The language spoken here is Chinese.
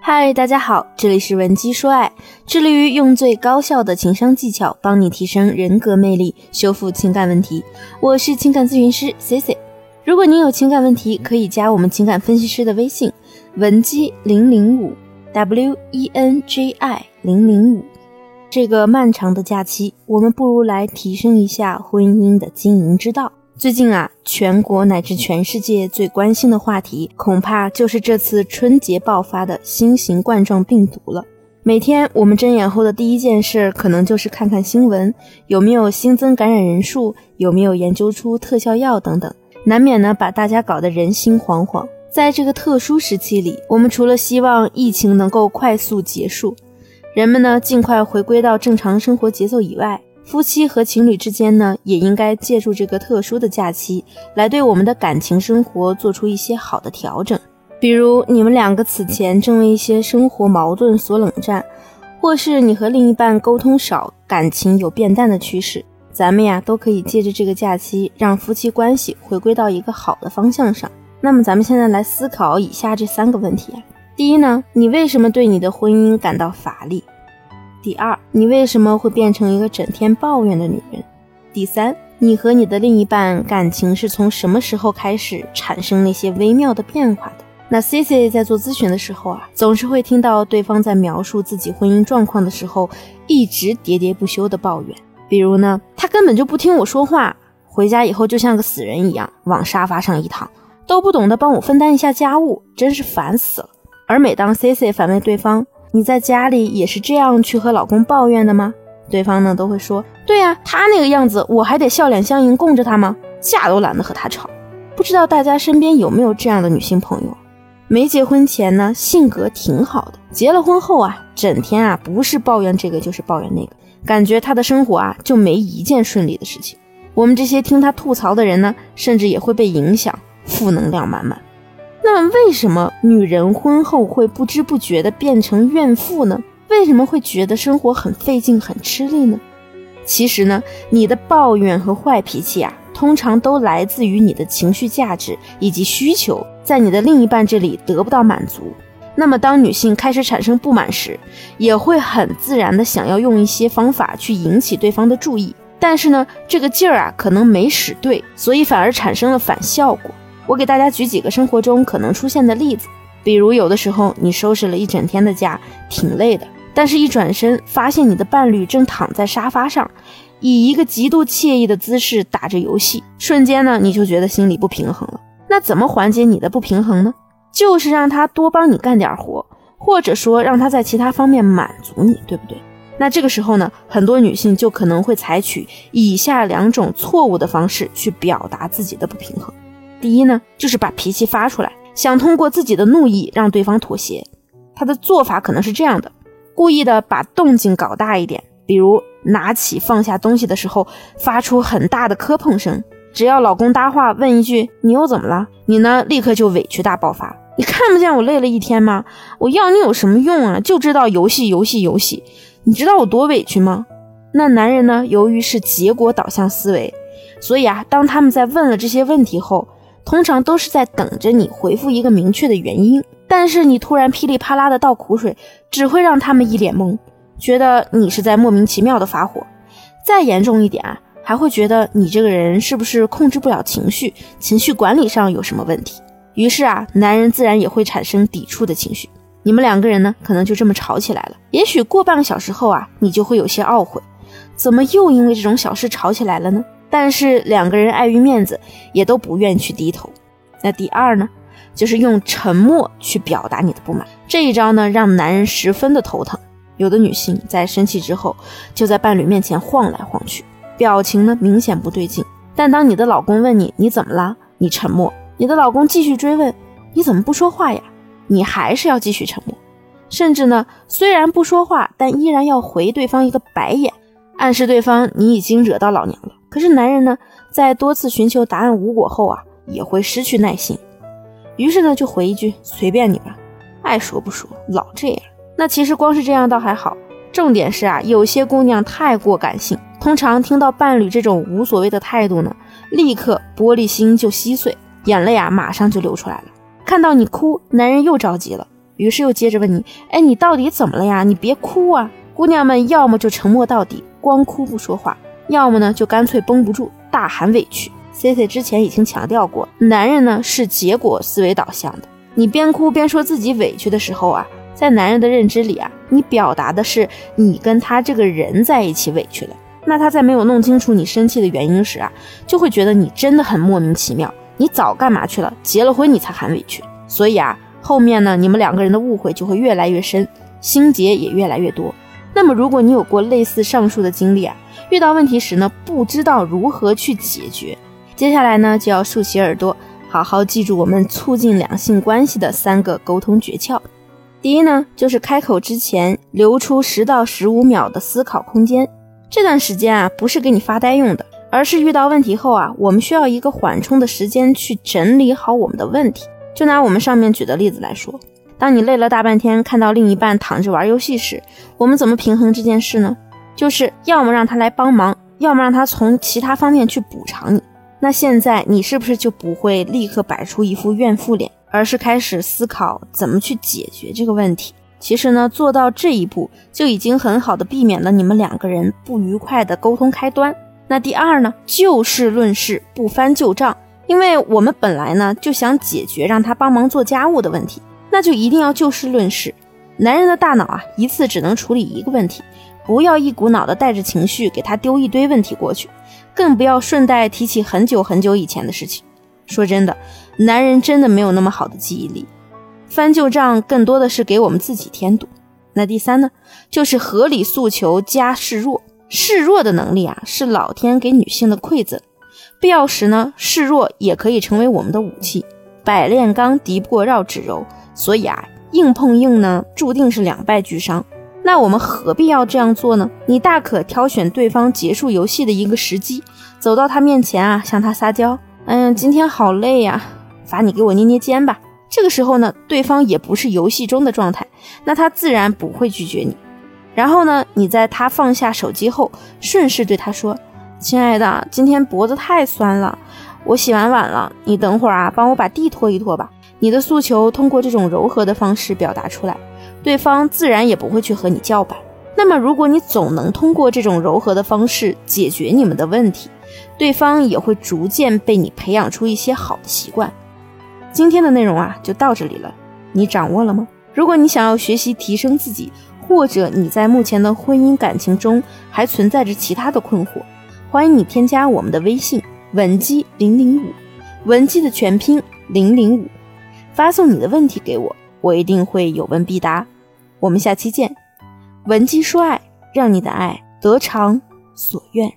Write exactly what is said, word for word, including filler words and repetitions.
嗨，大家好，这里是文姬说爱，致力于用最高效的情商技巧帮你提升人格魅力，修复情感问题。我是情感咨询师 C C。 如果您有情感问题，可以加我们情感分析师的微信文姬零零五 W E N G I 零零五。这个漫长的假期，我们不如来提升一下婚姻的经营之道。最近啊，全国乃至全世界最关心的话题，恐怕就是这次春节爆发的新型冠状病毒了。每天我们睁眼后的第一件事，可能就是看看新闻，有没有新增感染人数，有没有研究出特效药等等，难免呢把大家搞得人心惶惶。在这个特殊时期里，我们除了希望疫情能够快速结束，人们呢尽快回归到正常生活节奏以外，夫妻和情侣之间呢，也应该借助这个特殊的假期，来对我们的感情生活做出一些好的调整。比如你们两个此前正为一些生活矛盾所冷战，或是你和另一半沟通少，感情有变淡的趋势，咱们呀都可以借着这个假期，让夫妻关系回归到一个好的方向上。那么咱们现在来思考以下这三个问题啊。第一呢，你为什么对你的婚姻感到乏力？第二，你为什么会变成一个整天抱怨的女人？第三，你和你的另一半感情是从什么时候开始产生那些微妙的变化的？那 C C 在做咨询的时候啊，总是会听到对方在描述自己婚姻状况的时候，一直喋喋不休的抱怨。比如呢，他根本就不听我说话，回家以后就像个死人一样，往沙发上一躺，都不懂得帮我分担一下家务，真是烦死了。而每当 C C 反问对方，你在家里也是这样去和老公抱怨的吗？对方呢都会说，对啊，他那个样子我还得笑脸相迎供着他吗？架都懒得和他吵。不知道大家身边有没有这样的女性朋友，没结婚前呢性格挺好的，结了婚后啊，整天啊不是抱怨这个就是抱怨那个，感觉她的生活啊就没一件顺利的事情。我们这些听她吐槽的人呢，甚至也会被影响，负能量满满。那么为什么女人婚后会不知不觉地变成怨妇呢？为什么会觉得生活很费劲很吃力呢？其实呢，你的抱怨和坏脾气啊，通常都来自于你的情绪价值以及需求在你的另一半这里得不到满足。那么当女性开始产生不满时，也会很自然地想要用一些方法去引起对方的注意，但是呢，这个劲儿啊可能没使对，所以反而产生了反效果。我给大家举几个生活中可能出现的例子，比如有的时候你收拾了一整天的家，挺累的，但是一转身发现你的伴侣正躺在沙发上，以一个极度惬意的姿势打着游戏，瞬间呢你就觉得心里不平衡了。那怎么缓解你的不平衡呢？就是让他多帮你干点活，或者说让他在其他方面满足你，对不对？那这个时候呢，很多女性就可能会采取以下两种错误的方式去表达自己的不平衡。第一呢，就是把脾气发出来，想通过自己的怒意让对方妥协。他的做法可能是这样的，故意的把动静搞大一点，比如拿起放下东西的时候发出很大的磕碰声，只要老公搭话问一句你又怎么了，你呢立刻就委屈大爆发，你看不见我累了一天吗？我要你有什么用啊？就知道游戏游戏游戏，你知道我多委屈吗？那男人呢，由于是结果导向思维，所以啊，当他们在问了这些问题后，通常都是在等着你回复一个明确的原因，但是你突然噼里啪啦的倒苦水，只会让他们一脸懵，觉得你是在莫名其妙的发火。再严重一点啊，还会觉得你这个人是不是控制不了情绪，情绪管理上有什么问题。于是啊，男人自然也会产生抵触的情绪。你们两个人呢，可能就这么吵起来了。也许过半个小时后啊，你就会有些懊悔，怎么又因为这种小事吵起来了呢？但是两个人碍于面子，也都不愿意去低头。那第二呢，就是用沉默去表达你的不满。这一招呢，让男人十分的头疼。有的女性在生气之后，就在伴侣面前晃来晃去，表情呢明显不对劲。但当你的老公问你你怎么啦，你沉默，你的老公继续追问你怎么不说话呀，你还是要继续沉默。甚至呢，虽然不说话，但依然要回对方一个白眼，暗示对方你已经惹到老娘了。可是男人呢，在多次寻求答案无果后啊，也会失去耐心，于是呢就回一句随便你吧，爱说不说，老这样。那其实光是这样倒还好，重点是啊，有些姑娘太过感性，通常听到伴侣这种无所谓的态度呢，立刻玻璃心就稀碎，眼泪啊马上就流出来了。看到你哭，男人又着急了， 于是又接着问你，哎，你到底怎么了呀？你别哭啊。姑娘们要么就沉默到底，光哭不说话，要么呢就干脆绷不住，大喊委屈。 C C 之前已经强调过，男人呢是结果思维导向的，你边哭边说自己委屈的时候啊，在男人的认知里啊，你表达的是你跟他这个人在一起委屈了。那他在没有弄清楚你生气的原因时啊，就会觉得你真的很莫名其妙，你早干嘛去了？结了婚你才喊委屈。所以啊，后面呢，你们两个人的误会就会越来越深，心结也越来越多。那么如果你有过类似上述的经历啊，遇到问题时呢，不知道如何去解决，接下来呢，就要竖起耳朵，好好记住我们促进两性关系的三个沟通诀窍。第一呢，就是开口之前留出十到十五秒的思考空间。这段时间啊，不是给你发呆用的，而是遇到问题后啊，我们需要一个缓冲的时间去整理好我们的问题。就拿我们上面举的例子来说，当你累了大半天，看到另一半躺着玩游戏时，我们怎么平衡这件事呢？就是要么让他来帮忙，要么让他从其他方面去补偿你。那现在你是不是就不会立刻摆出一副怨妇脸，而是开始思考怎么去解决这个问题？其实呢，做到这一步就已经很好的避免了你们两个人不愉快的沟通开端。那第二呢，就事论事，不翻旧账。因为我们本来呢就想解决让他帮忙做家务的问题，那就一定要就事论事。男人的大脑啊，一次只能处理一个问题，不要一股脑的带着情绪给他丢一堆问题过去，更不要顺带提起很久很久以前的事情。说真的，男人真的没有那么好的记忆力，翻旧账更多的是给我们自己添堵。那第三呢，就是合理诉求加示弱。示弱的能力啊，是老天给女性的馈赠，必要时呢，示弱也可以成为我们的武器。百炼钢敌不过绕指柔，所以啊，硬碰硬呢，注定是两败俱伤。那我们何必要这样做呢？你大可挑选对方结束游戏的一个时机，走到他面前啊，向他撒娇，嗯，今天好累呀，罚你给我捏捏肩吧。这个时候呢，对方也不是游戏中的状态，那他自然不会拒绝你。然后呢，你在他放下手机后，顺势对他说，亲爱的，今天脖子太酸了，我洗完碗了，你等会儿啊，帮我把地拖一拖吧。你的诉求通过这种柔和的方式表达出来，对方自然也不会去和你叫板。那么如果你总能通过这种柔和的方式解决你们的问题，对方也会逐渐被你培养出一些好的习惯。今天的内容啊，就到这里了，你掌握了吗？如果你想要学习提升自己，或者你在目前的婚姻感情中还存在着其他的困惑，欢迎你添加我们的微信文姬零零五，文姬的全拼零零五，发送你的问题给我，我一定会有问必答。我们下期见。文姬说爱，让你的爱得偿所愿。